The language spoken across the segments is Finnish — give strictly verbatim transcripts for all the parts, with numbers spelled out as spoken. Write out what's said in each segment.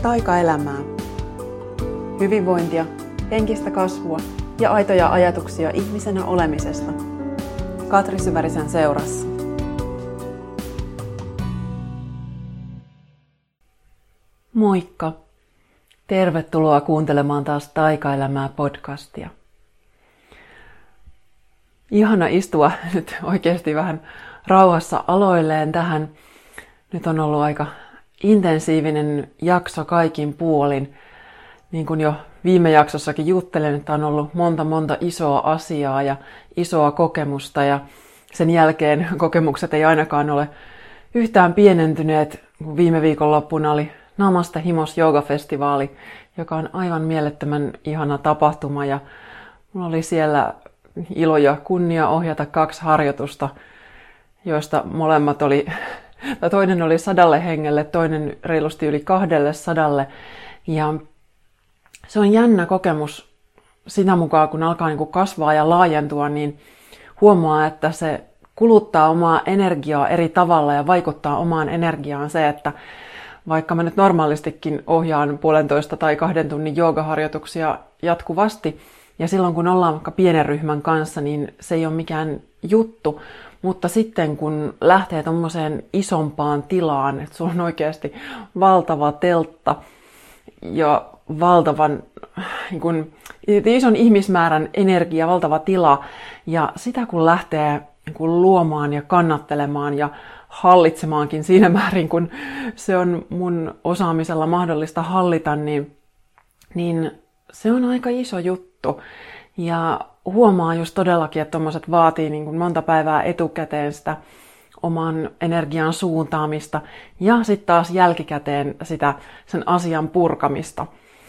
taikaelämää. Hyvinvointia, henkistä kasvua ja aitoja ajatuksia ihmisenä olemisesta. Katri Syvärisen seurassa. Moikka! Tervetuloa kuuntelemaan taas Taikaelämää podcastia. Ihana istua nyt oikeasti vähän rauhassa aloilleen tähän. Nyt on ollut aika intensiivinen jakso kaikin puolin. Niin kuin jo viime jaksossakin juttelen, että on ollut monta monta isoa asiaa ja isoa kokemusta. Ja sen jälkeen kokemukset ei ainakaan ole yhtään pienentyneet. Viime viikonloppuna oli Namaste Himos Jooga-festivaali, joka on aivan mielettömän ihana tapahtuma. Ja mulla oli siellä ilo ja kunnia ohjata kaksi harjoitusta, joista molemmat oli, tai toinen oli sadalle hengelle, toinen reilusti yli kahdelle sadalle. Ja se on jännä kokemus sitä mukaan, kun alkaa niin kuin kasvaa ja laajentua, niin huomaa, että se kuluttaa omaa energiaa eri tavalla ja vaikuttaa omaan energiaan se, että vaikka mä nyt normaalistikin ohjaan puolentoista tai kahden tunnin joogaharjoituksia jatkuvasti, ja silloin kun ollaan vaikka pienen ryhmän kanssa, niin se ei ole mikään juttu. Mutta sitten kun lähtee tommoseen isompaan tilaan, että sulla on oikeasti valtava teltta ja valtavan niin kun, ison ihmismäärän energia, valtava tila, ja sitä kun lähtee niin kun luomaan ja kannattelemaan ja hallitsemaankin siinä määrin, kun se on mun osaamisella mahdollista hallita, niin, niin se on aika iso juttu. Ja huomaa just todellakin, että tommoset vaatii niin kuin monta päivää etukäteen sitä oman energian suuntaamista ja sitten taas jälkikäteen sitä sen asian purkamista.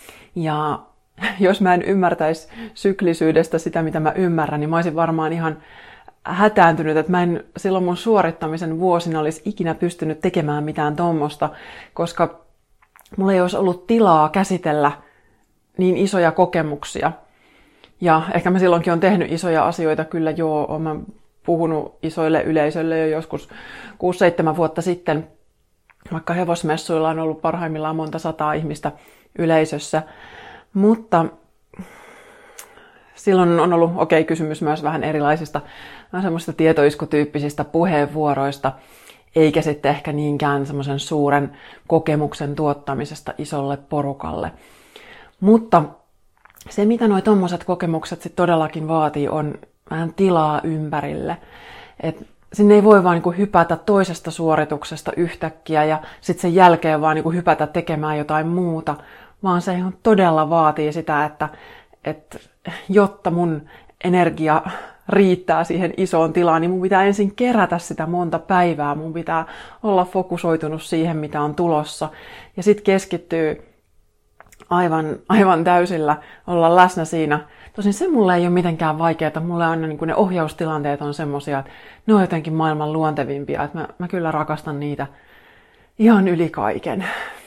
Ja jos mä en ymmärtäisi syklisyydestä sitä, mitä mä ymmärrän, niin mä olisin varmaan ihan hätääntynyt, että mä en silloin mun suorittamisen vuosina olisi ikinä pystynyt tekemään mitään tommosta, koska mulla ei olisi ollut tilaa käsitellä niin isoja kokemuksia. Ja ehkä mä silloinkin on tehnyt isoja asioita, kyllä joo, oon mä puhunut isoille yleisöille jo joskus kuusi seitsemän vuotta sitten, vaikka hevosmessuilla on ollut parhaimmillaan monta sataa ihmistä yleisössä. Mutta silloin on ollut okei okay, kysymys myös vähän erilaisista, vähän semmoista tietoiskutyyppisistä puheenvuoroista, eikä sitten ehkä niinkään semmoisen suuren kokemuksen tuottamisesta isolle porukalle. Mutta se, mitä nuo tommoset kokemukset sit todellakin vaatii, on vähän tilaa ympärille. Et sinne ei voi vaan niinku hypätä toisesta suorituksesta yhtäkkiä ja sitten sen jälkeen vaan niinku hypätä tekemään jotain muuta, vaan se todella vaatii sitä, että, että jotta mun energia riittää siihen isoon tilaan, niin mun pitää ensin kerätä sitä monta päivää. Mun pitää olla fokusoitunut siihen, mitä on tulossa, ja sitten keskittyy Aivan, aivan täysillä olla läsnä siinä. Tosin se mulle ei ole mitenkään vaikeaa. Mulle aina niin kuin ne ohjaustilanteet on semmosia, että ne on jotenkin maailman luontevimpia. Että mä, mä kyllä rakastan niitä ihan yli kaiken.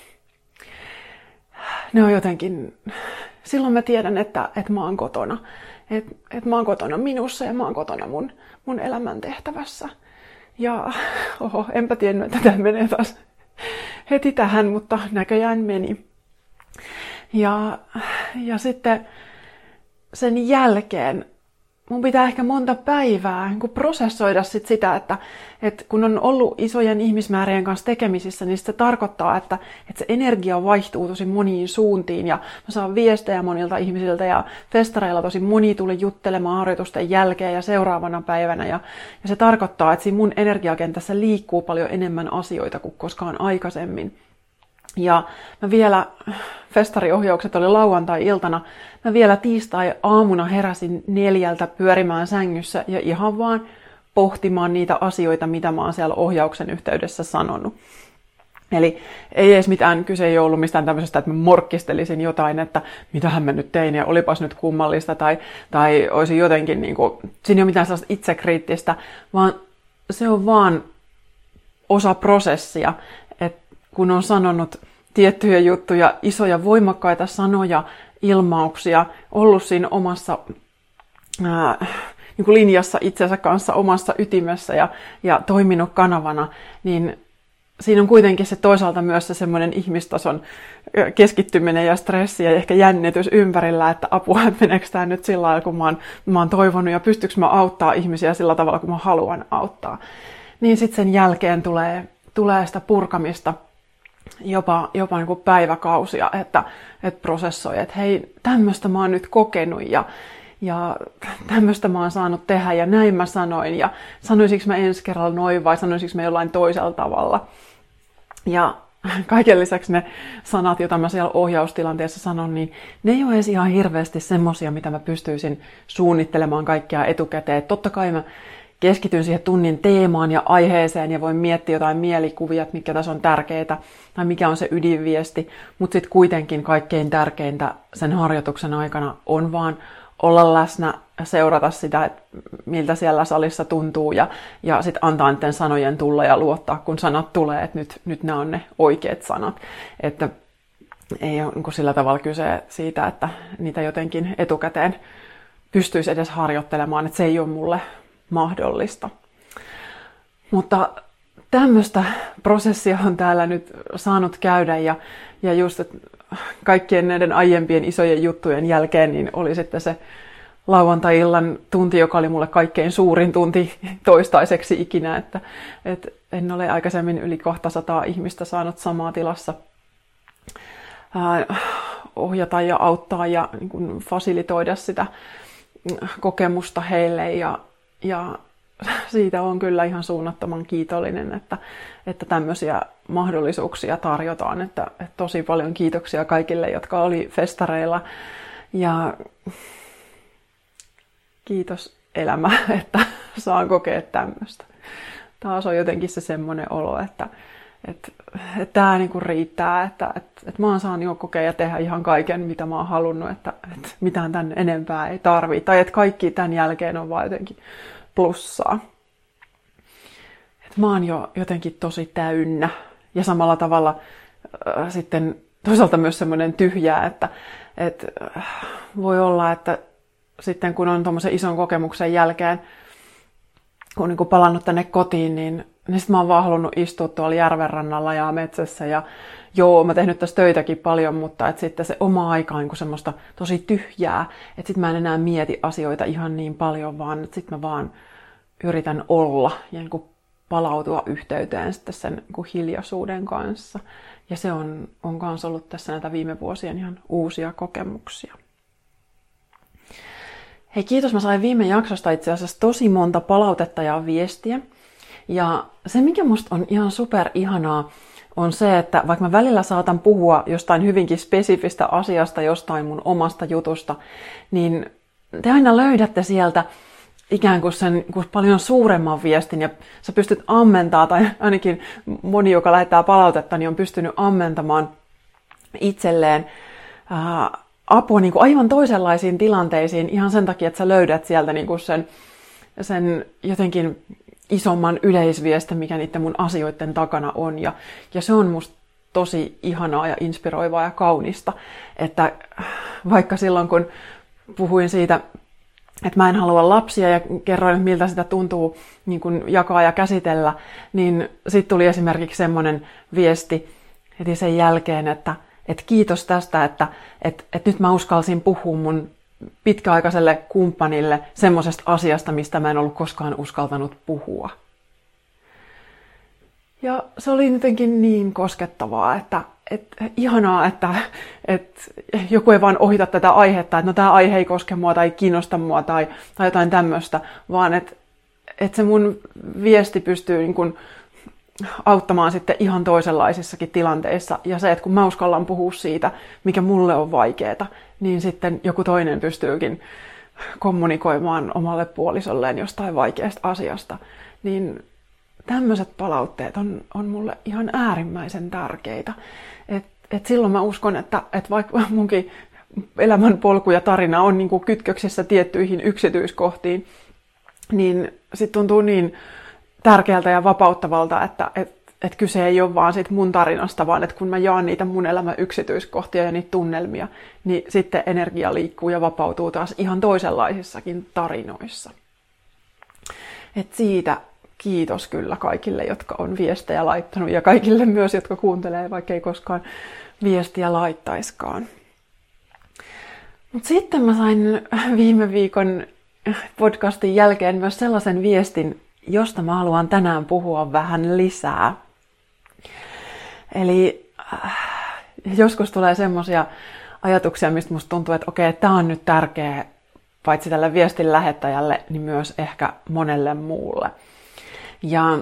Ne on jotenkin, silloin mä tiedän, että, että mä oon kotona. Että, että mä oon kotona minussa ja mä oon kotona mun, mun elämäntehtävässä. Ja oho, enpä tiennyt, että tämä menee taas heti tähän, mutta näköjään meni. Ja, ja sitten sen jälkeen mun pitää ehkä monta päivää niin kun prosessoida sit sitä, että, että kun on ollut isojen ihmismäärien kanssa tekemisissä, niin se tarkoittaa, että, että se energia vaihtuu tosi moniin suuntiin. Ja mä saan viestejä monilta ihmisiltä ja festareilla tosi moni tuli juttelemaan harjoitusten jälkeen ja seuraavana päivänä. Ja, ja se tarkoittaa, että siinä mun energiakentässä liikkuu paljon enemmän asioita kuin koskaan aikaisemmin. Ja mä vielä, festariohjaukset oli lauantai-iltana, mä vielä tiistai-aamuna heräsin neljältä pyörimään sängyssä ja ihan vaan pohtimaan niitä asioita, mitä mä oon siellä ohjauksen yhteydessä sanonut. Eli ei edes mitään, kyse ei ollut mistään tämmöisestä, että mä morkkistelisin jotain, että mitähän mä nyt tein ja olipas nyt kummallista tai, tai olisi jotenkin, niin kuin, siinä ei ole mitään sellaista itsekriittistä, vaan se on vaan osa prosessia. Kun on sanonut tiettyjä juttuja, isoja voimakkaita sanoja, ilmauksia, ollut siinä omassa ää, niin kuin linjassa itsensä kanssa, omassa ytimessä ja, ja toiminut kanavana, niin siinä on kuitenkin se toisaalta myös se semmoinen ihmistason keskittyminen ja stressi ja ehkä jännitys ympärillä, että apua, että meneekö tämä nyt sillä lailla, kun mä oon, mä oon toivonut ja pystyykö mä auttaa ihmisiä sillä tavalla, kun mä haluan auttaa. Niin sitten sen jälkeen tulee, tulee sitä purkamista jopa, jopa niin kuin päiväkausia, että, että prosessoi, että hei, tämmöistä mä oon nyt kokenut ja, ja tämmöistä mä oon saanut tehdä ja näin mä sanoin ja sanoisinko mä ensi kerralla noin vai sanoisinko mä jollain toisella tavalla. Ja kaiken lisäksi ne sanat, joita mä siellä ohjaustilanteessa sanon, niin ne ei ole edes ihan hirveästi semmosia, mitä mä pystyisin suunnittelemaan kaikkea etukäteen. Totta kai mä keskityn siihen tunnin teemaan ja aiheeseen ja voin miettiä jotain mielikuvia, että mikä tässä on tärkeää tai mikä on se ydinviesti. Mutta sitten kuitenkin kaikkein tärkeintä sen harjoituksen aikana on vaan olla läsnä ja seurata sitä, että miltä siellä salissa tuntuu ja, ja sitten antaa niiden sanojen tulla ja luottaa, kun sanat tulee, että nyt, nyt nämä on ne oikeat sanat. Että ei ole niin sillä tavalla kyse siitä, että niitä jotenkin etukäteen pystyisi edes harjoittelemaan, että se ei ole mulle mahdollista. Mutta tämmöistä prosessia on täällä nyt saanut käydä ja, ja just että kaikkien näiden aiempien isojen juttujen jälkeen niin oli sitten se lauantai-illan tunti, joka oli mulle kaikkein suurin tunti toistaiseksi ikinä, että, että en ole aikaisemmin yli kahtasataa ihmistä saanut samaa tilassa ää, ohjata ja auttaa ja niin kuin fasilitoida sitä kokemusta heille ja, ja siitä on kyllä ihan suunnattoman kiitollinen, että, että tämmöisiä mahdollisuuksia tarjotaan. Että, että tosi paljon kiitoksia kaikille, jotka oli festareilla. Ja kiitos elämä, että saan kokea tämmöistä. Taas on jotenkin se semmoinen olo, että, että, että tämä niinku riittää, että, että, että mä oon saanut jo kokea ja tehdä ihan kaiken, mitä mä oon halunnut, että, että mitään tän enempää ei tarvitse. Tai että kaikki tämän jälkeen on vaan jotenkin plussaa. Et mä oon jo jotenkin tosi täynnä ja samalla tavalla äh, sitten toisaalta myös semmoinen tyhjää, että et, äh, voi olla, että sitten kun on tommosen ison kokemuksen jälkeen, kun niin kun palannut tänne kotiin, niin, niin sit mä oon vaan halunnut istua tuolla järvenrannalla ja metsässä ja joo, mä tehnyt tässä töitäkin paljon, mutta et sitten se oma aika on niin semmoista tosi tyhjää, että sit mä en enää mieti asioita ihan niin paljon, vaan että sit mä vaan yritän olla ja niin palautua yhteyteen sitten sen niin hiljaisuuden kanssa. Ja se on, on kans ollut tässä näitä viime vuosien ihan uusia kokemuksia. Hei, kiitos. Mä sain viime jaksosta itse asiassa tosi monta palautetta ja viestiä. Ja se, mikä musta on ihan super ihanaa, on se, että vaikka mä välillä saatan puhua jostain hyvinkin spesifistä asiasta, jostain mun omasta jutusta, niin te aina löydätte sieltä ikään kuin sen kuin paljon suuremman viestin ja sä pystyt ammentamaan, tai ainakin moni, joka lähettää palautetta, niin on pystynyt ammentamaan itselleen ää, apua niin kuin aivan toisenlaisiin tilanteisiin ihan sen takia, että sä löydät sieltä niin kuin sen, sen jotenkin isomman yleisviestin, mikä niiden mun asioiden takana on. Ja, ja se on musta tosi ihanaa ja inspiroivaa ja kaunista, että vaikka silloin kun puhuin siitä, että mä en halua lapsia ja kerroin, miltä sitä tuntuu niin kun jakaa ja käsitellä, niin sitten tuli esimerkiksi semmoinen viesti heti sen jälkeen, että, että kiitos tästä, että, että, että nyt mä uskalsin puhua mun pitkäaikaiselle kumppanille semmoisesta asiasta, mistä mä en ollut koskaan uskaltanut puhua. Ja se oli jotenkin niin koskettavaa, että, että ihanaa, että, että joku ei vaan ohita tätä aihetta, että no tämä aihe ei koske mua tai kiinnosta mua tai, tai jotain tämmöistä, vaan että, että se mun viesti pystyy niin kuin auttamaan sitten ihan toisenlaisissakin tilanteissa. Ja se, että kun mä uskallan puhua siitä, mikä mulle on vaikeaa, niin sitten joku toinen pystyykin kommunikoimaan omalle puolisolleen jostain vaikeasta asiasta. Niin tämmöiset palautteet on, on mulle ihan äärimmäisen tärkeitä. Et, et silloin mä uskon, että et vaikka munkin elämänpolku ja tarina on niin kuin kytköksissä tiettyihin yksityiskohtiin, niin sit tuntuu niin tärkeältä ja vapauttavalta, että et, et kyse ei ole vaan siitä mun tarinasta, vaan että kun mä jaan niitä mun elämän yksityiskohtia ja niitä tunnelmia, niin sitten energia liikkuu ja vapautuu taas ihan toisenlaisissakin tarinoissa. Et siitä kiitos kyllä kaikille, jotka on viestejä laittanut ja kaikille myös, jotka kuuntelee, vaikka ei koskaan viestiä laittaiskaan. Mutta sitten mä sain viime viikon podcastin jälkeen myös sellaisen viestin, josta mä haluan tänään puhua vähän lisää. Eli äh, joskus tulee semmoisia ajatuksia, mistä musta tuntuu, että okei, tää on nyt tärkeä paitsi tälle viestin lähettäjälle, niin myös ehkä monelle muulle. Ja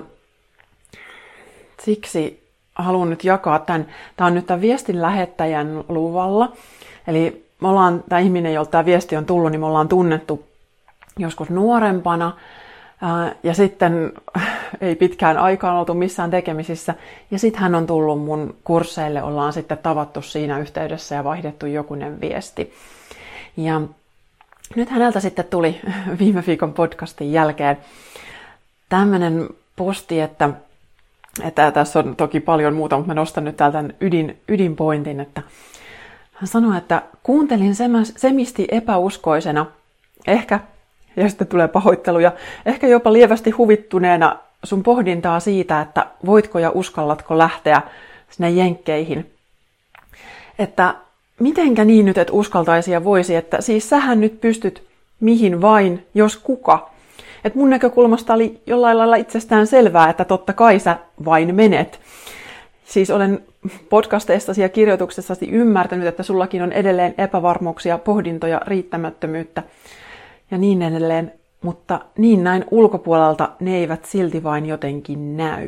siksi haluan nyt jakaa tämän. Tämä on nyt tämän viestin lähettäjän luvalla. Eli me ollaan, tämä ihminen, jolta tämä viesti on tullut, niin me ollaan tunnettu joskus nuorempana. Ja sitten ei pitkään aikaan oltu missään tekemisissä. Ja sitten hän on tullut mun kursseille, ollaan sitten tavattu siinä yhteydessä ja vaihdettu jokunen viesti. Ja nyt häneltä sitten tuli viime viikon podcastin jälkeen tämmöinen posti, että, että tässä on toki paljon muuta, mutta mä nostan nyt täältä ydin, ydinpointin, että hän sanoi, että kuuntelin semisti epäuskoisena, ehkä, ja sitten tulee pahoitteluja, ehkä jopa lievästi huvittuneena sun pohdintaa siitä, että voitko ja uskallatko lähteä sinne jenkkeihin. Että mitenkä niin nyt, että uskaltaisi ja voisi, että siis sähän nyt pystyt mihin vain, jos kuka. Että mun näkökulmasta oli jollain lailla itsestään selvää, että totta kai sä vain menet. Siis olen podcasteistasi ja kirjoituksessasi ymmärtänyt, että sullakin on edelleen epävarmuuksia, pohdintoja, riittämättömyyttä ja niin edelleen. Mutta niin näin ulkopuolelta ne eivät silti vain jotenkin näy.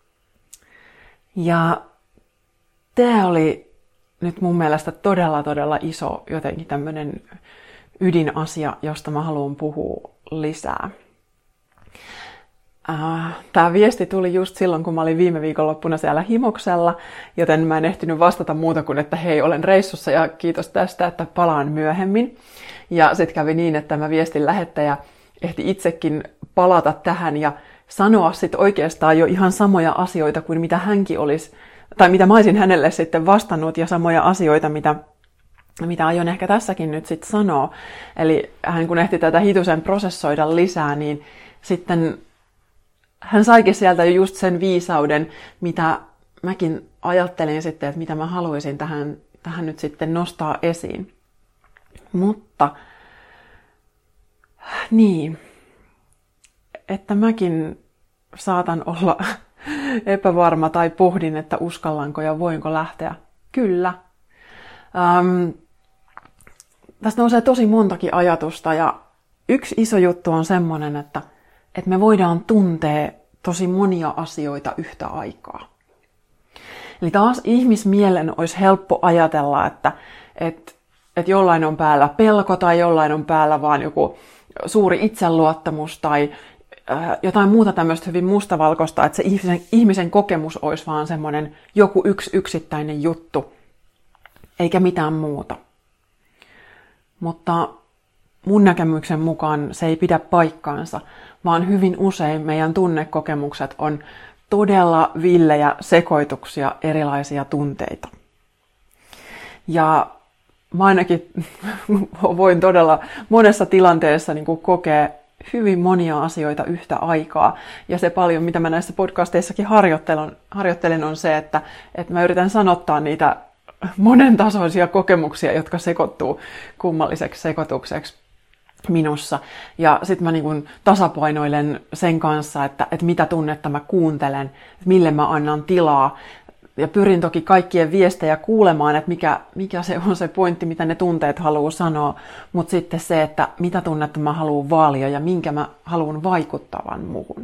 Ja tää oli nyt mun mielestä todella, todella iso jotenkin tämmöinen ydinasia, josta mä haluan puhua lisää. Tämä viesti tuli just silloin, kun mä olin viime viikonloppuna siellä Himoksella, joten mä en ehtinyt vastata muuta kuin, että hei, olen reissussa ja kiitos tästä, että palaan myöhemmin. Ja sitten kävi niin, että tämä viestin lähettäjä ehti itsekin palata tähän ja sanoa sitten oikeastaan jo ihan samoja asioita kuin mitä hänkin olisi, tai mitä mä olisin hänelle sitten vastannut ja samoja asioita, mitä, mitä aion ehkä tässäkin nyt sitten sanoa. Eli hän kun ehti tätä hitusen prosessoida lisää, niin sitten hän saikin sieltä just sen viisauden, mitä mäkin ajattelin sitten, että mitä mä haluaisin tähän, tähän nyt sitten nostaa esiin. Mutta niin, että mäkin saatan olla epävarma tai pohdin, että uskallanko ja voinko lähteä. Kyllä. Ähm, tästä nousee tosi montakin ajatusta ja yksi iso juttu on semmoinen, että, että me voidaan tuntea tosi monia asioita yhtä aikaa. Eli taas ihmismielen olisi helppo ajatella, että, että, että jollain on päällä pelko tai jollain on päällä vaan joku suuri itseluottamus tai jotain muuta tämmöistä hyvin mustavalkoista, että se ihmisen, ihmisen kokemus olisi vaan semmoinen joku yksi yksittäinen juttu, eikä mitään muuta. Mutta mun näkemyksen mukaan se ei pidä paikkaansa, vaan hyvin usein meidän tunnekokemukset on todella villejä sekoituksia erilaisia tunteita. Ja mä ainakin voin todella monessa tilanteessa niin kuin kokea hyvin monia asioita yhtä aikaa. Ja se paljon, mitä mä näissä podcasteissakin harjoittelen, harjoittelen on se, että, että mä yritän sanottaa niitä monentasoisia kokemuksia, jotka sekoittuu kummalliseksi sekoitukseksi minussa. Ja sitten mä niin kuin tasapainoilen sen kanssa, että, että mitä tunnetta mä kuuntelen, että mille mä annan tilaa. Ja pyrin toki kaikkien viestejä kuulemaan, että mikä, mikä se on se pointti, mitä ne tunteet haluaa sanoa, mutta sitten se, että mitä tunnetta mä haluan vaalia ja minkä mä haluan vaikuttavan muuhun.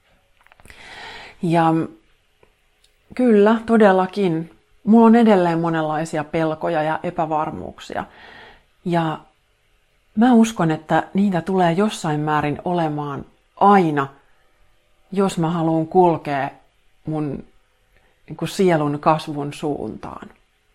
Ja kyllä, todellakin, mulla on edelleen monenlaisia pelkoja ja epävarmuuksia. Ja mä uskon, että niitä tulee jossain määrin olemaan aina, jos mä haluan kulkea mun niin kuin sielun kasvun suuntaan.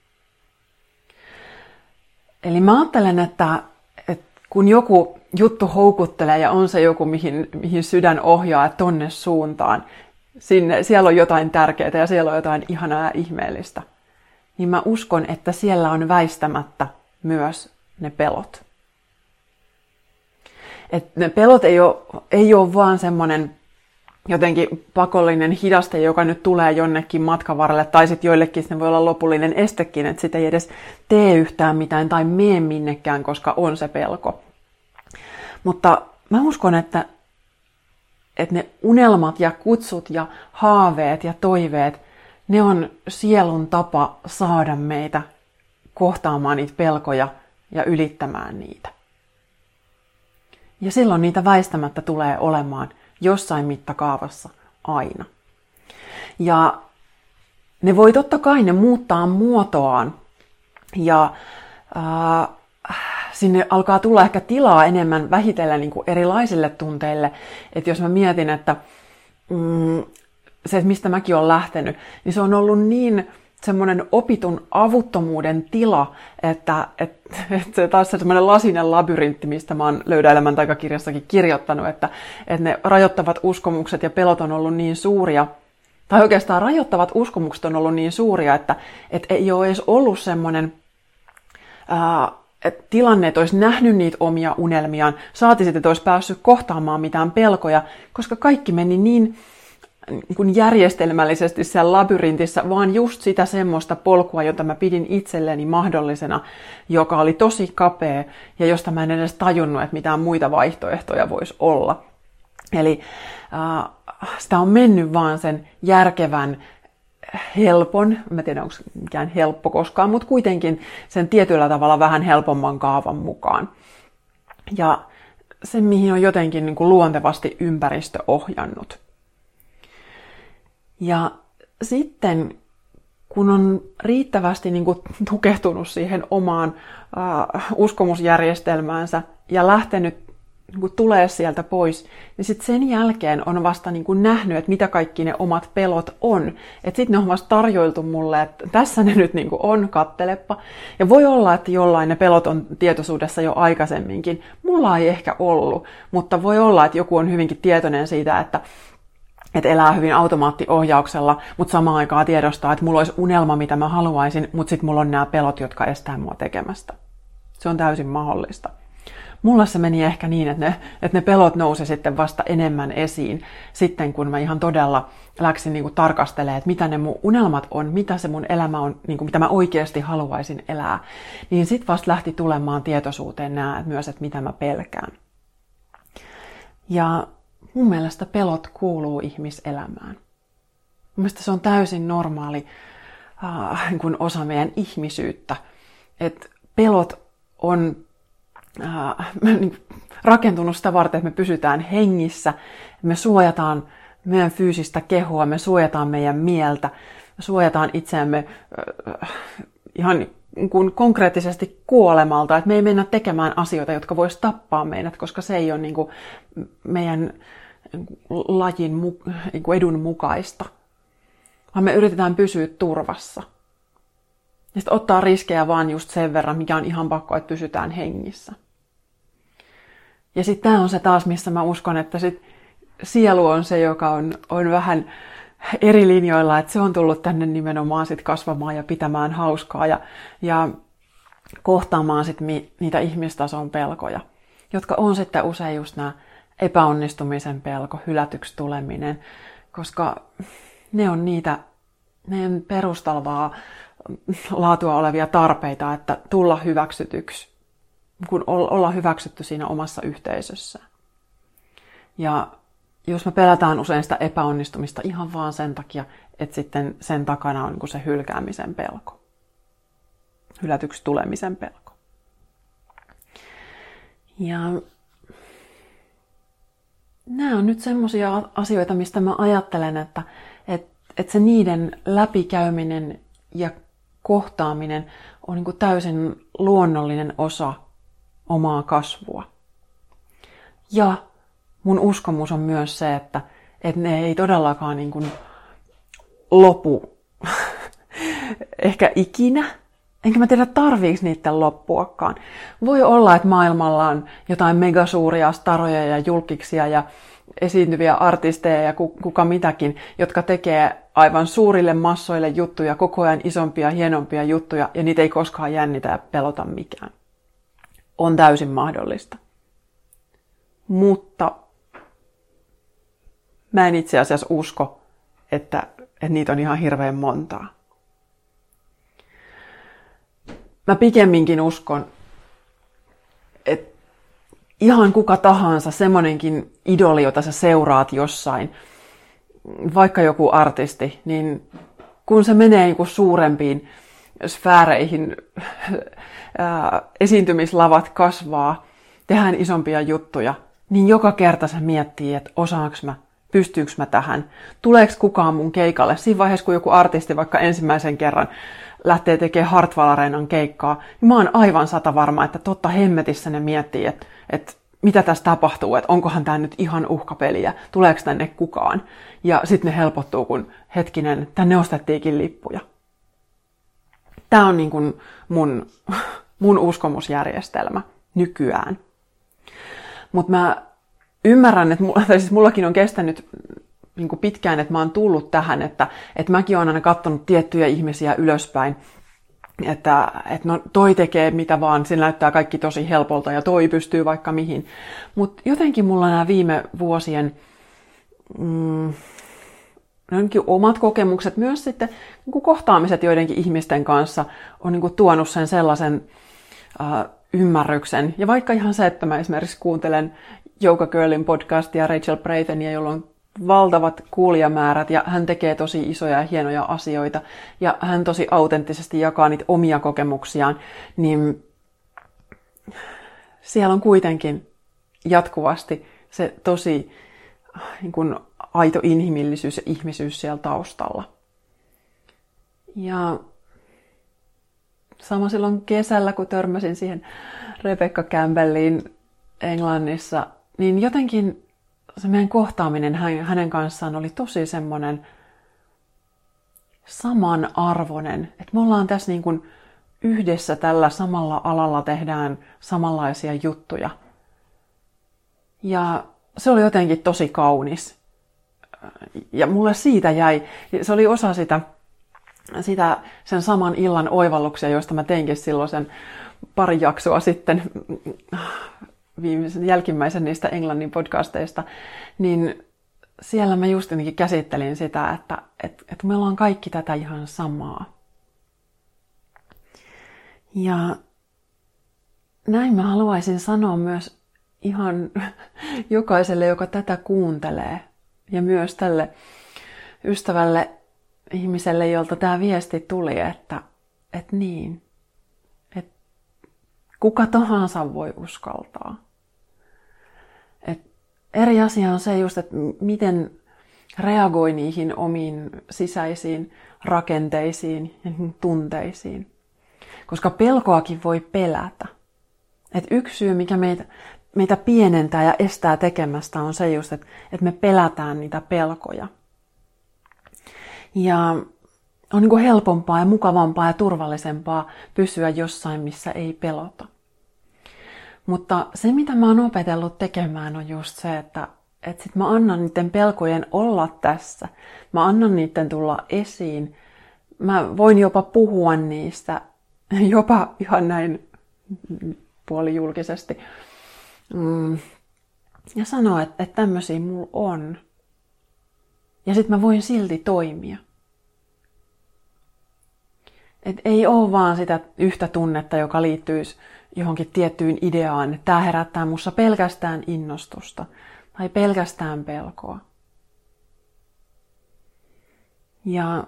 Eli mä ajattelen, että, että kun joku juttu houkuttelee ja on se joku, mihin, mihin sydän ohjaa tonne suuntaan, sinne, siellä on jotain tärkeää ja siellä on jotain ihanaa ja ihmeellistä, niin mä uskon, että siellä on väistämättä myös ne pelot. Et ne pelot ei ole, ei ole vaan semmoinen jotenkin pakollinen hidaste, joka nyt tulee jonnekin matkan varrelle, tai sitten joillekin se voi olla lopullinen estekin, että sitä ei edes tee yhtään mitään tai mene minnekään, koska on se pelko. Mutta mä uskon, että, että ne unelmat ja kutsut ja haaveet ja toiveet, ne on sielun tapa saada meitä kohtaamaan niitä pelkoja ja ylittämään niitä. Ja silloin niitä väistämättä tulee olemaan jossain mittakaavassa aina. Ja ne voi totta kai ne muuttaa muotoaan ja äh, sinne alkaa tulla ehkä tilaa enemmän vähitellen niin kuin erilaisille tunteille. Että jos mä mietin, että mm, se, että mistä mäkin olen lähtenyt, niin se on ollut niin semmoinen opitun avuttomuuden tila, että, että, että se taas se semmoinen lasinen labyrintti, mistä mä oon Löydä-elämän taikakirjassakin kirjoittanut, että, että ne rajoittavat uskomukset ja pelot on ollut niin suuria, tai oikeastaan rajoittavat uskomukset on ollut niin suuria, että, että ei ole edes ollut semmoinen ää, että tilanne, että olisi nähnyt niitä omia unelmiaan, saati sitten, että olisi päässyt kohtaamaan mitään pelkoja, koska kaikki meni niin niin kuin järjestelmällisesti siellä labyrintissä, vaan just sitä semmoista polkua, jota mä pidin itselleni mahdollisena, joka oli tosi kapea ja josta mä en edes tajunnut, että mitään muita vaihtoehtoja voisi olla. Eli äh, sitä on mennyt vaan sen järkevän, helpon, mä tiedän onko mikään helppo koskaan, mutta kuitenkin sen tietyllä tavalla vähän helpomman kaavan mukaan. Ja sen, mihin on jotenkin niin kuin luontevasti ympäristö ohjannut. Ja sitten, kun on riittävästi niin kuin tukehtunut siihen omaan äh, uskomusjärjestelmäänsä ja lähtenyt niin kuin tulee sieltä pois, niin sitten sen jälkeen on vasta niin kuin nähnyt, että mitä kaikki ne omat pelot on. Että sitten ne on vasta tarjoiltu mulle, että tässä ne nyt niin kuin on, kattelepa. Ja voi olla, että jollain ne pelot on tietoisuudessa jo aikaisemminkin. Mulla ei ehkä ollut, mutta voi olla, että joku on hyvinkin tietoinen siitä, että että elää hyvin automaattiohjauksella, mutta samaan aikaan tiedostaa, että mulla olisi unelma, mitä mä haluaisin, mutta sitten mulla on nämä pelot, jotka estää mua tekemästä. Se on täysin mahdollista. Mulla se meni ehkä niin, että ne, että ne pelot nousi sitten vasta enemmän esiin, sitten kun mä ihan todella läksin niin kuin tarkastelemaan, että mitä ne mun unelmat on, mitä se mun elämä on, niin kuin mitä mä oikeasti haluaisin elää. Niin sitten vasta lähti tulemaan tietoisuuteen nämä myös, että mitä mä pelkään. Ja mun mielestä pelot kuuluu ihmiselämään. Mun mielestä se on täysin normaali äh, kun osa meidän ihmisyyttä. Et pelot on äh, rakentunut sitä varten, että me pysytään hengissä, me suojataan meidän fyysistä kehoa, me suojataan meidän mieltä, me suojataan itseämme äh, ihan kun konkreettisesti kuolemalta, että me ei mennä tekemään asioita, jotka vois tappaa meidät, koska se ei ole niin kuin meidän lajin niin kuin edun mukaista, vaan me yritetään pysyä turvassa. Ja sitten ottaa riskejä vaan just sen verran, mikä on ihan pakko, että pysytään hengissä. Ja sitten tämä on se taas, missä mä uskon, että sit sielu on se, joka on, on vähän eri linjoilla, että se on tullut tänne nimenomaan sit kasvamaan ja pitämään hauskaa ja, ja kohtaamaan sit mi, niitä ihmistason pelkoja, jotka on sitten usein just nämä epäonnistumisen pelko, hylätyksi tuleminen, koska ne on niitä meidän perustalvaa laatua olevia tarpeita, että tulla hyväksytyksi, kun olla hyväksytty siinä omassa yhteisössä. Ja jos me pelätään usein sitä epäonnistumista ihan vaan sen takia, että sitten sen takana on niin se hylkäämisen pelko. Hylätyksi tulemisen pelko. Ja nämä on nyt semmoisia asioita, mistä mä ajattelen, että, että, että se niiden läpikäyminen ja kohtaaminen on niin kuin täysin luonnollinen osa omaa kasvua. Ja mun uskomus on myös se, että, että ne ei todellakaan niin kuin lopu ehkä ikinä. Enkä mä tiedä, tarviiko niiden loppuakaan. Voi olla, että maailmalla on jotain megasuuria staroja ja julkiksia ja esiintyviä artisteja ja kuka mitäkin, jotka tekee aivan suurille massoille juttuja, koko ajan isompia, hienompia juttuja, ja niitä ei koskaan jännitä ja pelota mikään. On täysin mahdollista. Mutta mä en itse asiassa usko, että, että niitä on ihan hirveän montaa. Mä pikemminkin uskon, että ihan kuka tahansa, semmonenkin idoli, jota sä seuraat jossain, vaikka joku artisti, niin kun se menee niin kuin suurempiin sfääreihin, ää, esiintymislavat kasvaa, tehdään isompia juttuja, niin joka kerta se miettii, että osaanko mä, pystyykö mä tähän, tuleeko kukaan mun keikalle. Siinä vaiheessa, kun joku artisti vaikka ensimmäisen kerran lähtee tekemään Hartwall Areenan keikkaa, niin mä oon aivan sata varma, että totta hemmetissä ne miettii, että, että mitä tässä tapahtuu, että onkohan tämä nyt ihan uhkapeliä, tuleeko tänne kukaan. Ja sitten ne helpottuu, kun hetkinen, tänne ostettiinkin lippuja. Tämä on niin kuin mun, mun uskomusjärjestelmä nykyään. Mutta mä ymmärrän, että mulla, tai siis mullakin on kestänyt niin kuin pitkään, että mä oon tullut tähän, että, että mäkin oon aina katsonut tiettyjä ihmisiä ylöspäin, että, että no toi tekee mitä vaan, se näyttää kaikki tosi helpolta ja toi pystyy vaikka mihin. Mutta jotenkin mulla nämä viime vuosien mm, omat kokemukset, myös sitten niin kuin kohtaamiset joidenkin ihmisten kanssa on niin kuin tuonut sen sellaisen äh, ymmärryksen. Ja vaikka ihan se, että mä esimerkiksi kuuntelen Yoga Girlin podcastia Rachel Braytenia, jolla on valtavat kuulijamäärät ja hän tekee tosi isoja ja hienoja asioita ja hän tosi autenttisesti jakaa niitä omia kokemuksiaan, niin siellä on kuitenkin jatkuvasti se tosi niin kuin aito inhimillisyys ja ihmisyys siellä taustalla. Ja sama silloin kesällä, kun törmäsin siihen Rebecca Campbelliin Englannissa, niin jotenkin se meidän kohtaaminen hänen kanssaan oli tosi semmoinen samanarvoinen, että me ollaan tässä niin kuin yhdessä tällä samalla alalla tehdään samanlaisia juttuja. Ja se oli jotenkin tosi kaunis. Ja mulle siitä jäi, se oli osa sitä, sitä sen saman illan oivalluksia, joista mä teinkin silloin sen pari jaksoa sitten, viimeisen jälkimmäisen niistä Englannin podcasteista, niin siellä mä just jotenkin käsittelin sitä, että, että, että me ollaan kaikki tätä ihan samaa. Ja näin mä haluaisin sanoa myös ihan jokaiselle, joka tätä kuuntelee, ja myös tälle ystävälle ihmiselle, jolta tämä viesti tuli, että, että niin, että kuka tahansa voi uskaltaa. Et eri asia on se just, että miten reagoi niihin omiin sisäisiin rakenteisiin ja tunteisiin. Koska pelkoakin voi pelätä. Et yksi syy, mikä meitä, meitä pienentää ja estää tekemästä, on se just, että, että me pelätään niitä pelkoja. Ja on niin kuin helpompaa ja mukavampaa ja turvallisempaa pysyä jossain, missä ei pelota. Mutta se, mitä mä oon opetellut tekemään, on just se, että, että sit mä annan niiden pelkojen olla tässä. Mä annan niiden tulla esiin. Mä voin jopa puhua niistä, jopa ihan näin puolijulkisesti. Mm. Ja sanoa, että, että tämmöisiä mulla on. Ja sit mä voin silti toimia. Et ei ole vaan sitä yhtä tunnetta, joka liittyisi johonkin tiettyyn ideaan, että tämä herättää mussa pelkästään innostusta tai pelkästään pelkoa. Ja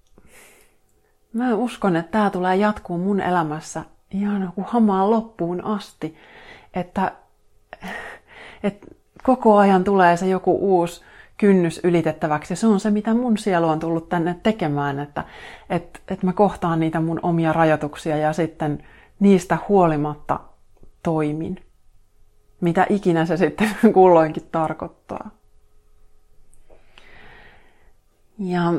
mä uskon, että tämä tulee jatkuu mun elämässä ihan kuin hamaan loppuun asti, että, että koko ajan tulee se joku uusi kynnys ylitettäväksi. Ja se on se, mitä mun sielu on tullut tänne tekemään, että, että, että mä kohtaan niitä mun omia rajoituksia ja sitten niistä huolimatta toimin. Mitä ikinä se sitten kulloinkin tarkoittaa. Ja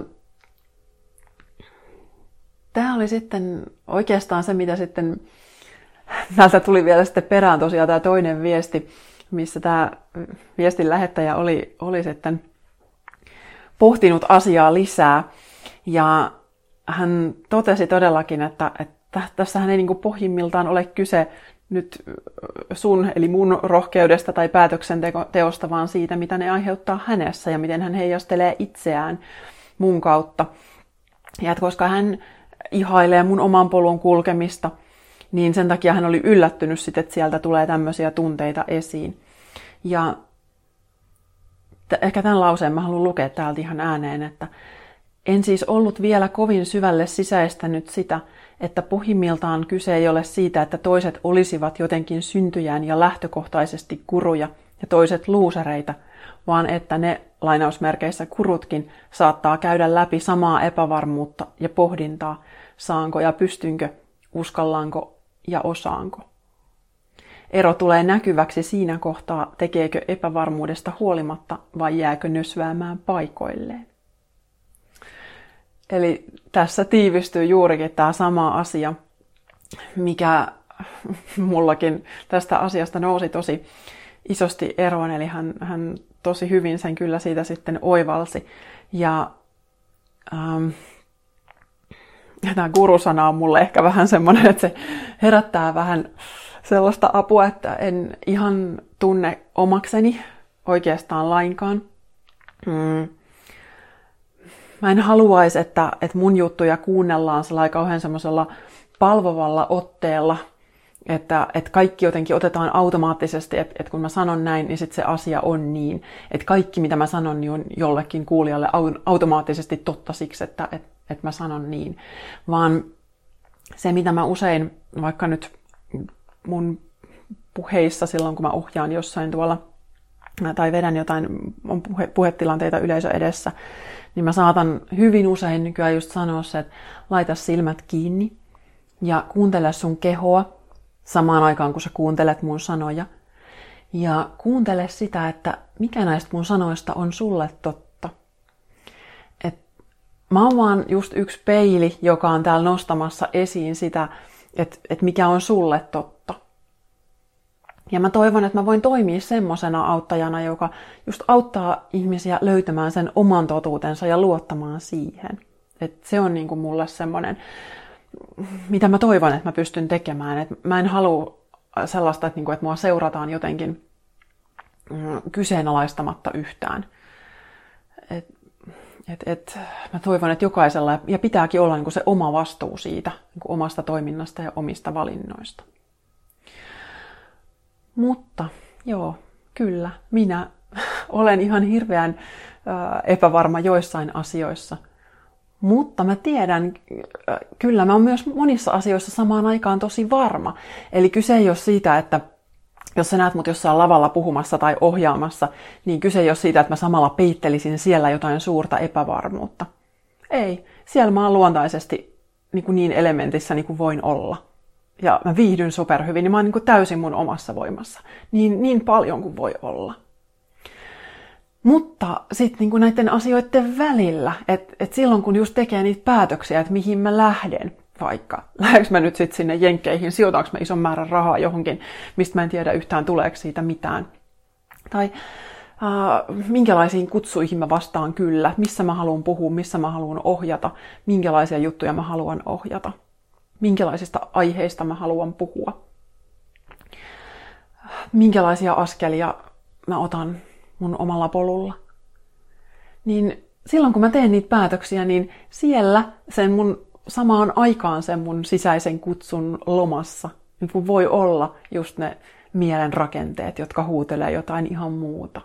tämä oli sitten oikeastaan se, mitä sitten täältä tuli vielä sitten perään tosiaan tämä toinen viesti, missä tämä viestin lähettäjä oli, oli sitten pohtinut asiaa lisää. Ja hän totesi todellakin, että, että tässähän ei niin kuin pohjimmiltaan ole kyse nyt sun eli mun rohkeudesta tai päätöksenteosta, vaan siitä, mitä ne aiheuttaa hänessä ja miten hän heijastelee itseään mun kautta. Ja että koska hän ihailee mun oman polun kulkemista, niin sen takia hän oli yllättynyt sit, että sieltä tulee tämmöisiä tunteita esiin. Ja t- ehkä tämän lauseen mä haluan lukea täältä ihan ääneen, että en siis ollut vielä kovin syvälle sisäistänyt sitä, että pohjimmiltaan kyse ei ole siitä, että toiset olisivat jotenkin syntyjään ja lähtökohtaisesti kuruja ja toiset luusereita, vaan että ne lainausmerkeissä kurutkin saattaa käydä läpi samaa epävarmuutta ja pohdintaa, saanko ja pystynkö, uskallanko ja osaanko. Ero tulee näkyväksi siinä kohtaa, tekeekö epävarmuudesta huolimatta vai jääkö nösväämään paikoilleen. Eli tässä tiivistyy juurikin tämä sama asia, mikä mullakin tästä asiasta nousi tosi isosti eroon. Eli hän, hän tosi hyvin sen kyllä siitä sitten oivalsi. Ja ähm, tämä gurusana on mulle ehkä vähän semmoinen, että se herättää vähän sellaista apua, että en ihan tunne omakseni oikeastaan lainkaan. Mm. Mä en haluaisi, että, että mun juttuja kuunnellaan sellainen kauhean semmoisella palvovalla otteella, että, että kaikki jotenkin otetaan automaattisesti, että, että kun mä sanon näin, niin sitten se asia on niin. Että kaikki, mitä mä sanon, niin on jollekin kuulijalle automaattisesti totta siksi, että, että, että mä sanon niin. Vaan se, mitä mä usein, vaikka nyt mun puheissa silloin, kun mä ohjaan jossain tuolla, tai vedän jotain on puhe, puhetilanteita yleisö edessä, niin mä saatan hyvin usein nykyään just sanoa se, että laita silmät kiinni ja kuuntele sun kehoa samaan aikaan, kun sä kuuntelet mun sanoja. Ja kuuntele sitä, että mikä näistä mun sanoista on sulle totta. Et mä oon vaan just yksi peili, joka on täällä nostamassa esiin sitä, että et mikä on sulle totta. Ja mä toivon, että mä voin toimia semmosena auttajana, joka just auttaa ihmisiä löytämään sen oman totuutensa ja luottamaan siihen. Et se on niinku mulle semmoinen, mitä mä toivon, että mä pystyn tekemään. Et mä en halua sellaista, että, niinku, että mua seurataan jotenkin kyseenalaistamatta yhtään. Et, et, et, mä toivon, että jokaisella, ja pitääkin olla niinku se oma vastuu siitä niinku omasta toiminnasta ja omista valinnoista. Mutta joo, kyllä, minä olen ihan hirveän ää, epävarma joissain asioissa. Mutta mä tiedän, äh, kyllä mä oon myös monissa asioissa samaan aikaan tosi varma. Eli kyse ei ole siitä, että jos sä näet mut jossain lavalla puhumassa tai ohjaamassa, niin kyse ei ole siitä, että mä samalla peittelisin siellä jotain suurta epävarmuutta. Ei, siellä mä oon luontaisesti niin, kuin niin elementissä niin kuin voin olla. Ja mä viihdyn superhyvin, niin mä oon niin kuin täysin mun omassa voimassa. Niin, niin paljon kuin voi olla. Mutta sitten niin kuin näiden asioiden välillä, että et silloin kun just tekee niitä päätöksiä, että mihin mä lähden, vaikka lähdekö mä nyt sitten sinne jenkkeihin, sijoitanko mä ison määrän rahaa johonkin, mistä mä en tiedä yhtään tuleeko siitä mitään. Tai äh, minkälaisiin kutsuihin mä vastaan kyllä, missä mä haluan puhua, missä mä haluan ohjata, minkälaisia juttuja mä haluan ohjata, minkälaisista aiheista mä haluan puhua, minkälaisia askelia mä otan mun omalla polulla. Niin silloin kun mä teen niitä päätöksiä, niin siellä sen mun samaan aikaan sen mun sisäisen kutsun lomassa niin kun voi olla just ne mielen rakenteet, jotka huutelee jotain ihan muuta.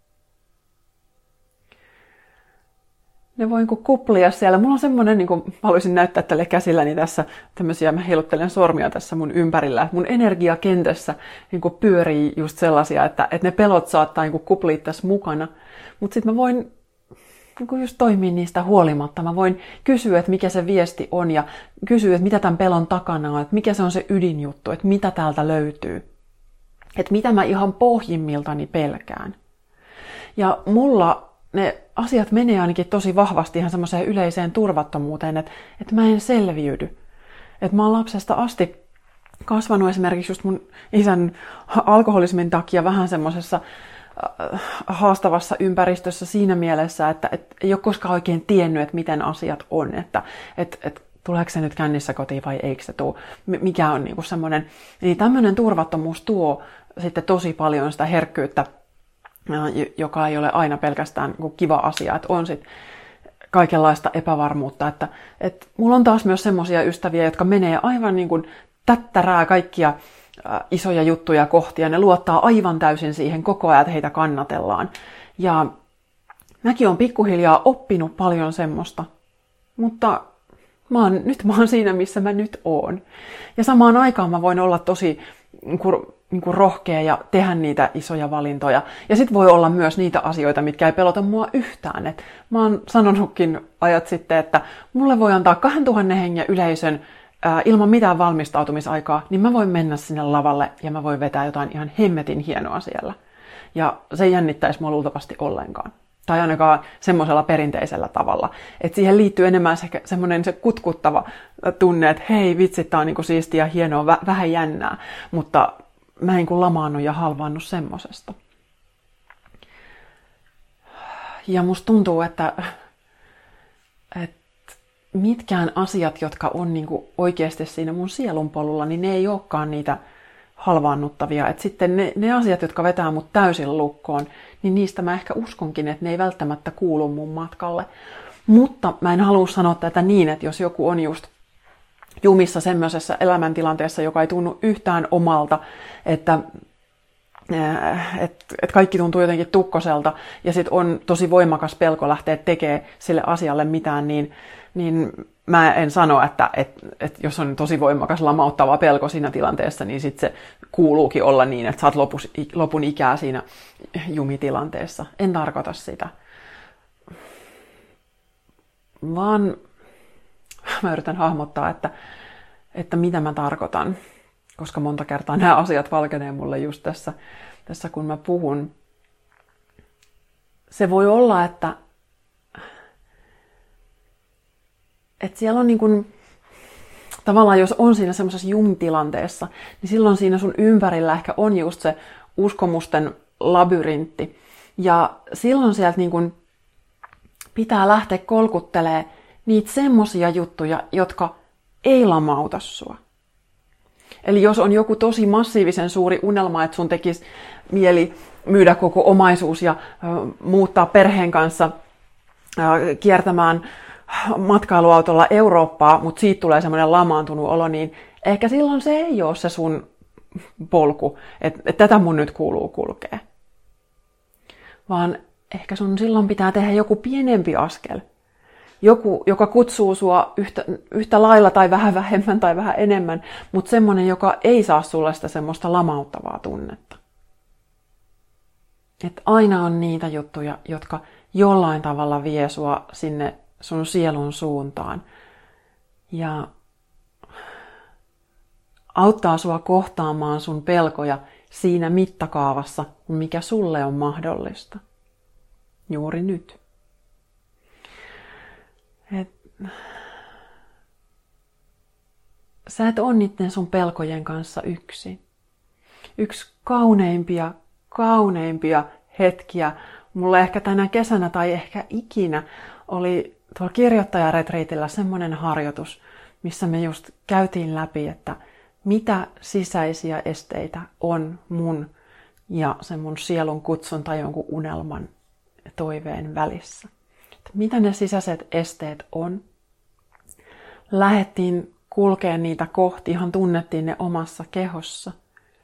Ne voi niin kuplia siellä. Mulla on semmoinen, niin kuin haluaisin näyttää tälle käsilläni tässä, tämmöisiä, mä heiluttelen sormia tässä mun ympärillä. Mun energiakentässä niin kuin pyörii just sellaisia, että, että ne pelot saattaa niin kuin kuplia tässä mukana. Mutta sitten mä voin niin kuin just toimia niistä huolimatta. Mä voin kysyä, että mikä se viesti on ja kysyä, että mitä tämän pelon takana on, että mikä se on se ydinjuttu, että mitä täältä löytyy. Että mitä mä ihan pohjimmiltani pelkään. Ja mulla ne asiat menee ainakin tosi vahvasti ihan semmoiseen yleiseen turvattomuuteen, että, että mä en selviydy. Että mä oon lapsesta asti kasvanut esimerkiksi just mun isän alkoholismin takia vähän semmoisessa äh, haastavassa ympäristössä siinä mielessä, että et ei ole koskaan oikein tiennyt, että miten asiat on. Että et, et tuleeko se nyt kännissä kotiin vai eikö se tule, mikä on niin kuin semmoinen. Eli tämmöinen turvattomuus tuo sitten tosi paljon sitä herkkyyttä, joka ei ole aina pelkästään niin kuin kiva asia, että on sitten kaikenlaista epävarmuutta, että, että mulla on taas myös semmoisia ystäviä, jotka menee aivan niin kuin tättärää kaikkia isoja juttuja kohti ja ne luottaa aivan täysin siihen koko ajan, että heitä kannatellaan. Ja mäkin olen pikkuhiljaa oppinut paljon semmoista, mutta mä oon, nyt mä oon siinä, missä mä nyt oon. Ja samaan aikaan mä voin olla tosi niin kuin, niin kuin rohkea ja tehdä niitä isoja valintoja. Ja sit voi olla myös niitä asioita, mitkä ei pelota mua yhtään. Et mä oon sanonutkin ajat sitten, että mulle voi antaa kahdentuhannen hengen yleisön ää, ilman mitään valmistautumisaikaa, niin mä voin mennä sinne lavalle ja mä voin vetää jotain ihan hemmetin hienoa siellä. Ja se ei jännittäisi mua luultavasti ollenkaan. Tai ainakaan semmoisella perinteisellä tavalla. Että siihen liittyy enemmän se, semmoinen se kutkuttava tunne, että hei vitsi, tää on niinku siistiä, hienoa, vä- vähän jännää. Mutta mä en kun lamaannut ja halvaannut semmosesta. Ja musta tuntuu, että, että mitkään asiat, jotka on niinku oikeasti siinä mun sielun polulla, niin ne ei olekaan niitä halvaannuttavia. Et sitten ne, ne asiat, jotka vetää mut täysin lukkoon, niin niistä mä ehkä uskonkin, että ne ei välttämättä kuulu mun matkalle. Mutta mä en halua sanoa tätä niin, että jos joku on just jumissa semmoisessa elämäntilanteessa, joka ei tunnu yhtään omalta, että et, et kaikki tuntuu jotenkin tukkoselta ja sit on tosi voimakas pelko lähteä tekemään sille asialle mitään, niin, niin mä en sano, että et, et jos on tosi voimakas lamauttava pelko siinä tilanteessa, niin sit se kuuluukin olla niin, että sä oot lopus, lopun ikää siinä jumitilanteessa. En tarkoita sitä. Vaan mä yritän hahmottaa, että, että mitä mä tarkoitan, koska monta kertaa nämä asiat valkenee mulle just tässä, tässä kun mä puhun. Se voi olla, että, että siellä on niin kuin, tavallaan jos on siinä semmoisessa jumitilanteessa, niin silloin siinä sun ympärillä ehkä on just se uskomusten labyrintti. Ja silloin sieltä niin kuin pitää lähteä kolkuttelemaan niitä semmosia juttuja, jotka ei lamauta sua. Eli jos on joku tosi massiivisen suuri unelma, että sun tekisi mieli myydä koko omaisuus ja äh, muuttaa perheen kanssa äh, kiertämään matkailuautolla Eurooppaa, mutta siitä tulee semmoinen lamaantunut olo, niin ehkä silloin se ei ole se sun polku, että et tätä mun nyt kuuluu kulkea. Vaan ehkä sun silloin pitää tehdä joku pienempi askel. Joku, joka kutsuu sua yhtä, yhtä lailla tai vähän vähemmän tai vähän enemmän, mutta semmoinen, joka ei saa sulle sitä semmoista lamauttavaa tunnetta. Että aina on niitä juttuja, jotka jollain tavalla vie sua sinne sun sielun suuntaan. Ja auttaa sua kohtaamaan sun pelkoja siinä mittakaavassa, mikä sulle on mahdollista. Juuri nyt. Et, sä et ole niiden sun pelkojen kanssa yksin. Yksi kauneimpia, kauneimpia hetkiä mulle ehkä tänä kesänä tai ehkä ikinä oli tuolla kirjoittajaretriitillä semmoinen harjoitus, missä me just käytiin läpi, että mitä sisäisiä esteitä on mun ja sen mun sielun kutsun tai jonkun unelman ja toiveen välissä. Että mitä ne sisäiset esteet on. Lähdettiin kulkeen niitä kohti, ihan tunnettiin ne omassa kehossa.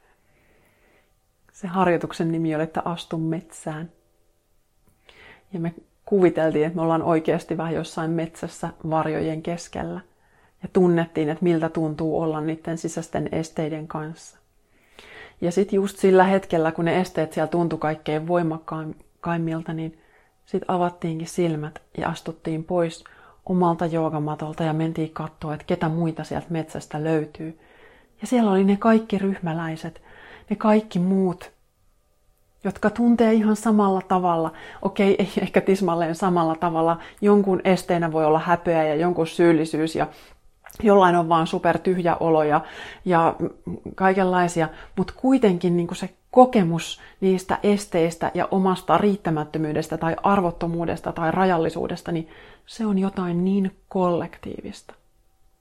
Se harjoituksen nimi oli, että astu metsään. Ja me kuviteltiin, että me ollaan oikeasti vähän jossain metsässä varjojen keskellä. Ja tunnettiin, että miltä tuntuu olla niiden sisäisten esteiden kanssa. Ja sitten just sillä hetkellä, kun ne esteet siellä tuntui kaikkein voimakkaimmilta, niin sitten avattiinkin silmät ja astuttiin pois omalta joogamatolta ja mentiin katsoa, että ketä muita sieltä metsästä löytyy. Ja siellä oli ne kaikki ryhmäläiset, ne kaikki muut, jotka tuntee ihan samalla tavalla. Okei, ei ehkä tismalleen samalla tavalla. Jonkun esteenä voi olla häpeä ja jonkun syyllisyys ja jollain on vaan super tyhjä olo ja, ja kaikenlaisia. Mutta kuitenkin niin se kokemus niistä esteistä ja omasta riittämättömyydestä tai arvottomuudesta tai rajallisuudesta, niin se on jotain niin kollektiivista.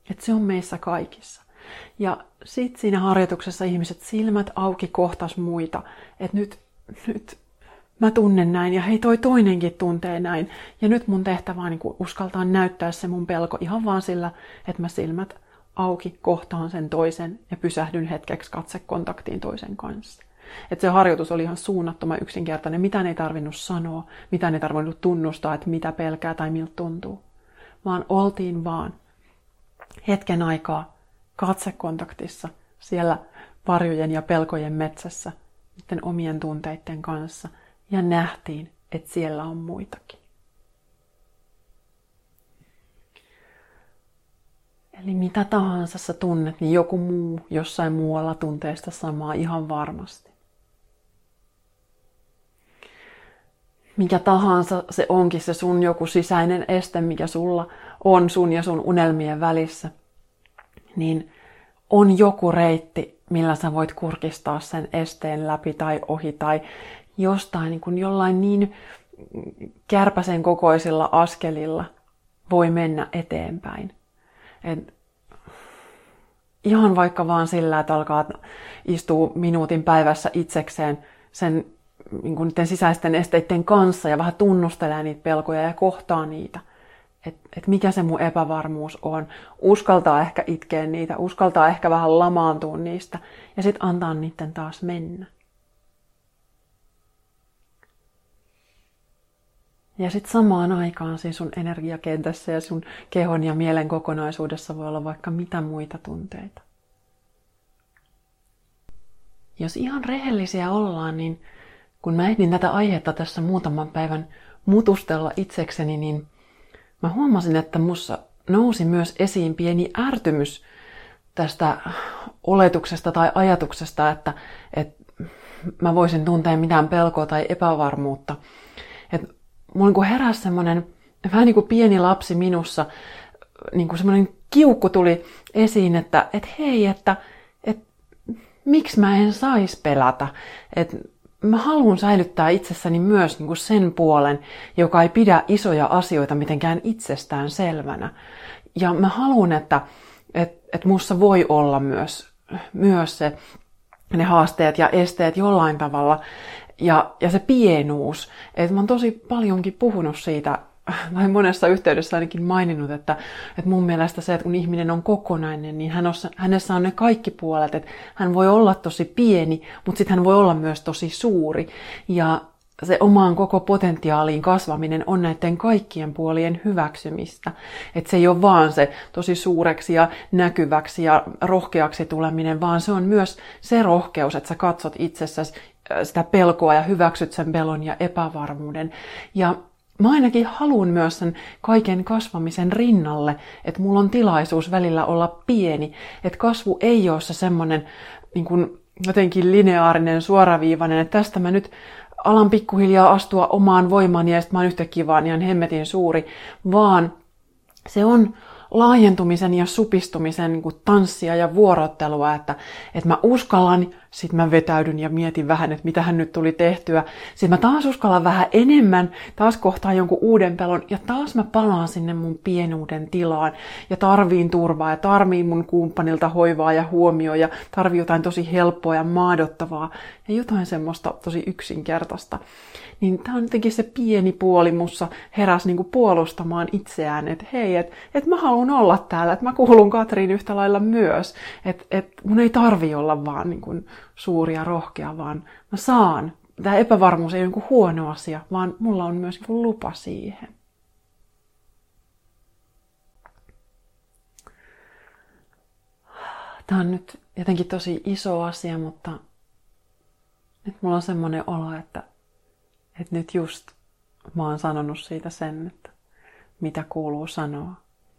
Että se on meissä kaikissa. Ja sitten siinä harjoituksessa ihmiset silmät auki kohtas muita. Että nyt, nyt mä tunnen näin ja hei toi toinenkin tuntee näin. Ja nyt mun tehtävä on niin uskaltaa näyttää se mun pelko ihan vaan sillä, että mä silmät auki kohtaan sen toisen ja pysähdyn hetkeksi katsekontaktiin toisen kanssa. Että se harjoitus oli ihan suunnattoman yksinkertainen. Mitään ei tarvinnut sanoa, mitään ei tarvinnut tunnustaa, että mitä pelkää tai miltä tuntuu. Vaan oltiin vaan hetken aikaa katsekontaktissa siellä varjojen ja pelkojen metsässä niiden omien tunteiden kanssa ja nähtiin, että siellä on muitakin. Eli mitä tahansa sä tunnet, niin joku muu jossain muualla tuntee sitä samaa ihan varmasti. Mikä tahansa se onkin se sun joku sisäinen este, mikä sulla on sun ja sun unelmien välissä, niin on joku reitti, millä sä voit kurkistaa sen esteen läpi tai ohi tai jostain niin kuin jollain niin kärpäsen kokoisilla askelilla voi mennä eteenpäin. Et ihan vaikka vaan sillä, että alkaa istua minuutin päivässä itsekseen sen niin kuin niiden sisäisten esteiden kanssa ja vähän tunnustelee niitä pelkoja ja kohtaa niitä. Että et mikä se mun epävarmuus on. Uskaltaa ehkä itkeä niitä, uskaltaa ehkä vähän lamaantua niistä ja sitten antaa niiden taas mennä. Ja sitten samaan aikaan siinä sun energiakentässä ja sun kehon ja mielen kokonaisuudessa voi olla vaikka mitä muita tunteita. Jos ihan rehellisiä ollaan, niin kun mä ehdin tätä aihetta tässä muutaman päivän mutustella itsekseni, niin mä huomasin, että mussa nousi myös esiin pieni ärtymys tästä oletuksesta tai ajatuksesta, että, että mä voisin tuntea mitään pelkoa tai epävarmuutta. Että mulla niin heräsi semmoinen vähän niin kuin pieni lapsi minussa, niin kuin semmoinen kiukku tuli esiin, että, että hei, että, että miksi mä en saisi pelätä, että mä haluan säilyttää itsessäni myös niin kuin sen puolen, joka ei pidä isoja asioita mitenkään itsestään selvänä. Ja mä haluan, että, että, että mussa voi olla myös, myös se, ne haasteet ja esteet jollain tavalla. Ja, ja se pienuus. Että mä oon tosi paljonkin puhunut siitä, tai monessa yhteydessä ainakin maininnut, että, että mun mielestä se, että kun ihminen on kokonainen, niin hän on, hänessä on ne kaikki puolet. Että hän voi olla tosi pieni, mutta sitten hän voi olla myös tosi suuri. Ja se omaan koko potentiaaliin kasvaminen on näiden kaikkien puolien hyväksymistä. Että se ei ole vaan se tosi suureksi ja näkyväksi ja rohkeaksi tuleminen, vaan se on myös se rohkeus, että sä katsot itsessäsi sitä pelkoa ja hyväksyt sen pelon ja epävarmuuden. Ja mä ainakin haluan myös sen kaiken kasvamisen rinnalle, että mulla on tilaisuus välillä olla pieni. Että kasvu ei ole se semmoinen niin kuin jotenkin lineaarinen, suoraviivainen, että tästä mä nyt alan pikkuhiljaa astua omaan voimaani ja sitten mä oon yhtäkkiä vaan ihan hemmetin suuri, vaan se on laajentumisen ja supistumisen niin kuin tanssia ja vuorottelua, että, että mä uskallan, sit mä vetäydyn ja mietin vähän, että mitähän nyt tuli tehtyä. Sitten mä taas uskallan vähän enemmän, taas kohtaan jonkun uuden pelon ja taas mä palaan sinne mun pienuuden tilaan ja tarviin turvaa ja tarviin mun kumppanilta hoivaa ja huomioon ja tarvii jotain tosi helppoa ja maadottavaa ja jotain semmoista tosi yksinkertaista. Niin tää on jotenkin se pieni puoli mussa heräsi niinku puolustamaan itseään, että hei, että et mä haluan olla täällä, että mä kuulun Katriin yhtä lailla myös, että et mun ei tarvi olla vaan niinku suuri ja rohkea, vaan mä saan. Tämä epävarmuus ei ole niinku huono asia, vaan mulla on myös niinku lupa siihen. Tää on nyt jotenkin tosi iso asia, mutta nyt mulla on semmoinen olo, että Että nyt just mä oon sanonut siitä sen, että mitä kuuluu sanoa.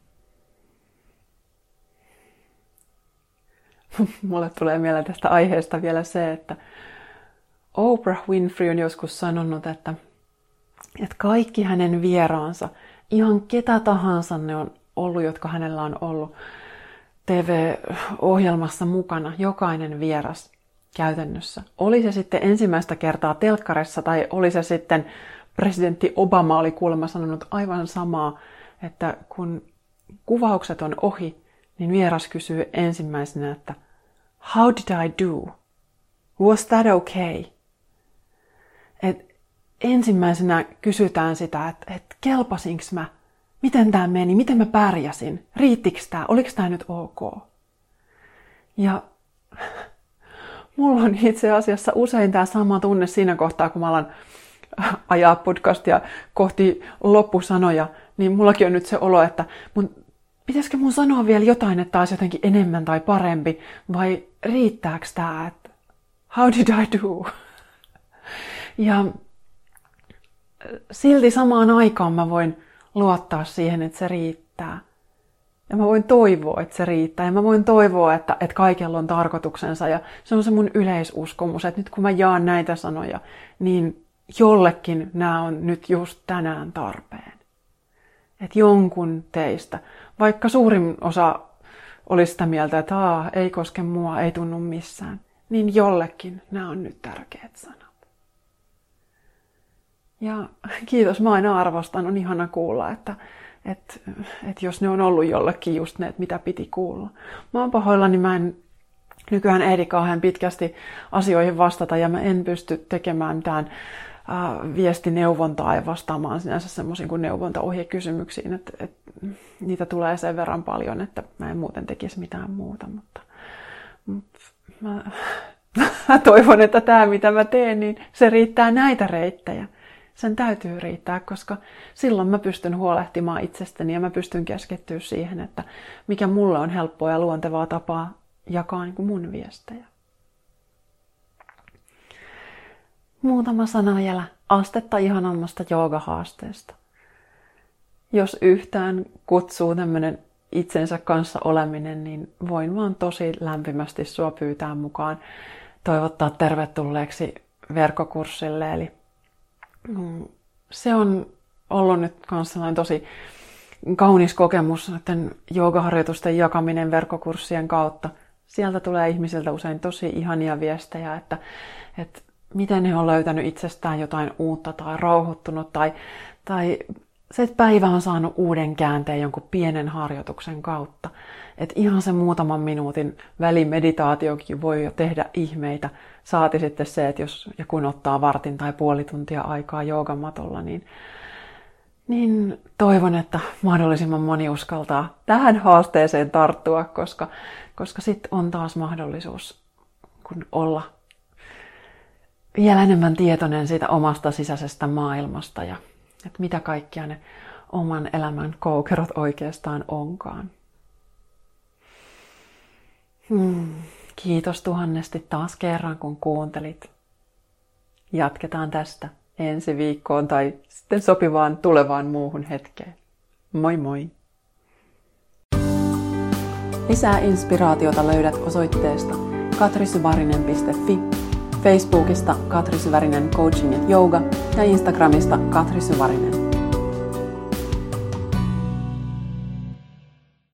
Mulle tulee mieleen tästä aiheesta vielä se, että Oprah Winfrey on joskus sanonut, että, että kaikki hänen vieraansa, ihan ketä tahansa ne on ollut, jotka hänellä on ollut T V-ohjelmassa mukana, jokainen vieras käytännössä. Oli se sitten ensimmäistä kertaa telkkarissa tai oli se sitten presidentti Obama oli kuulemma sanonut aivan samaa, että kun kuvaukset on ohi, niin vieras kysyy ensimmäisenä, että how did I do? Was that okay? Et ensimmäisenä kysytään sitä, että et kelpasinko mä? Miten tämä meni? Miten mä pärjäsin? Riittikö tämä? Oliko tämä nyt ok? Ja mulla on itse asiassa usein tämä sama tunne siinä kohtaa, kun mä alan ajaa podcastia kohti loppusanoja, niin mullakin on nyt se olo, että mun, pitäisikö mun sanoa vielä jotain, että taas jotenkin enemmän tai parempi, vai riittääkö tämä, että how did I do? Ja silti samaan aikaan mä voin luottaa siihen, että se riittää. Ja mä voin toivoa, että se riittää. Ja mä voin toivoa, että, että kaikella on tarkoituksensa. Ja se on se mun yleisuskomus, että nyt kun mä jaan näitä sanoja, niin jollekin nämä on nyt just tänään tarpeen. Että jonkun teistä, vaikka suurin osa olisi sitä mieltä, että Aa, ei koske mua, ei tunnu missään, niin jollekin nämä on nyt tärkeät sanat. Ja kiitos, mä aina arvostan, on ihana kuulla, että, että, että jos ne on ollut jollekin just ne, että mitä piti kuulla. Mä oon pahoillani, mä en nykyään ehdi kauhean pitkästi asioihin vastata ja mä en pysty tekemään mitään äh, viestineuvontaa ja vastaamaan sinänsä semmoisiin kuin neuvontaohjekysymyksiin, että, että niitä tulee sen verran paljon, että mä en muuten tekisi mitään muuta, mutta, mutta mä, mä toivon, että tämä mitä mä teen, niin se riittää näitä reittejä. Sen täytyy riittää, koska silloin mä pystyn huolehtimaan itsestäni ja mä pystyn keskittyä siihen, että mikä mulle on helppoa ja luontevaa tapaa jakaa niin kuin mun viestejä. Muutama sana vielä astetta ihanammasta joogahaasteesta. Jos yhtään kutsuu tämmöinen itsensä kanssa oleminen, niin voin vaan tosi lämpimästi sua pyytää mukaan toivottaa tervetulleeksi verkkokurssille. Eli se on ollut nyt myös tosi kaunis kokemus näiden joogaharjoitusten jakaminen verkkokurssien kautta. Sieltä tulee ihmisiltä usein tosi ihania viestejä, että, että miten he on löytänyt itsestään jotain uutta tai rauhoittunut tai, tai se, että päivä on saanut uuden käänteen jonkun pienen harjoituksen kautta. Että ihan se muutaman minuutin välimeditaatiokin voi jo tehdä ihmeitä. Saati sitten se, että jos ja kun ottaa vartin tai puoli tuntia aikaa joogamatolla, niin, niin toivon, että mahdollisimman moni uskaltaa tähän haasteeseen tarttua, koska, koska sitten on taas mahdollisuus kun olla vielä enemmän tietoinen siitä omasta sisäisestä maailmasta ja että mitä kaikkia ne oman elämän koukerot oikeastaan onkaan. Hmm. Kiitos tuhannesti taas kerran, kun kuuntelit. Jatketaan tästä ensi viikkoon tai sitten sopivaan tulevaan muuhun hetkeen. Moi moi! Lisää inspiraatiota löydät osoitteesta katrisyvarinen piste fi, Facebookista Katri Syvärinen Coaching and Yoga ja Instagramista Katri Syvärinen.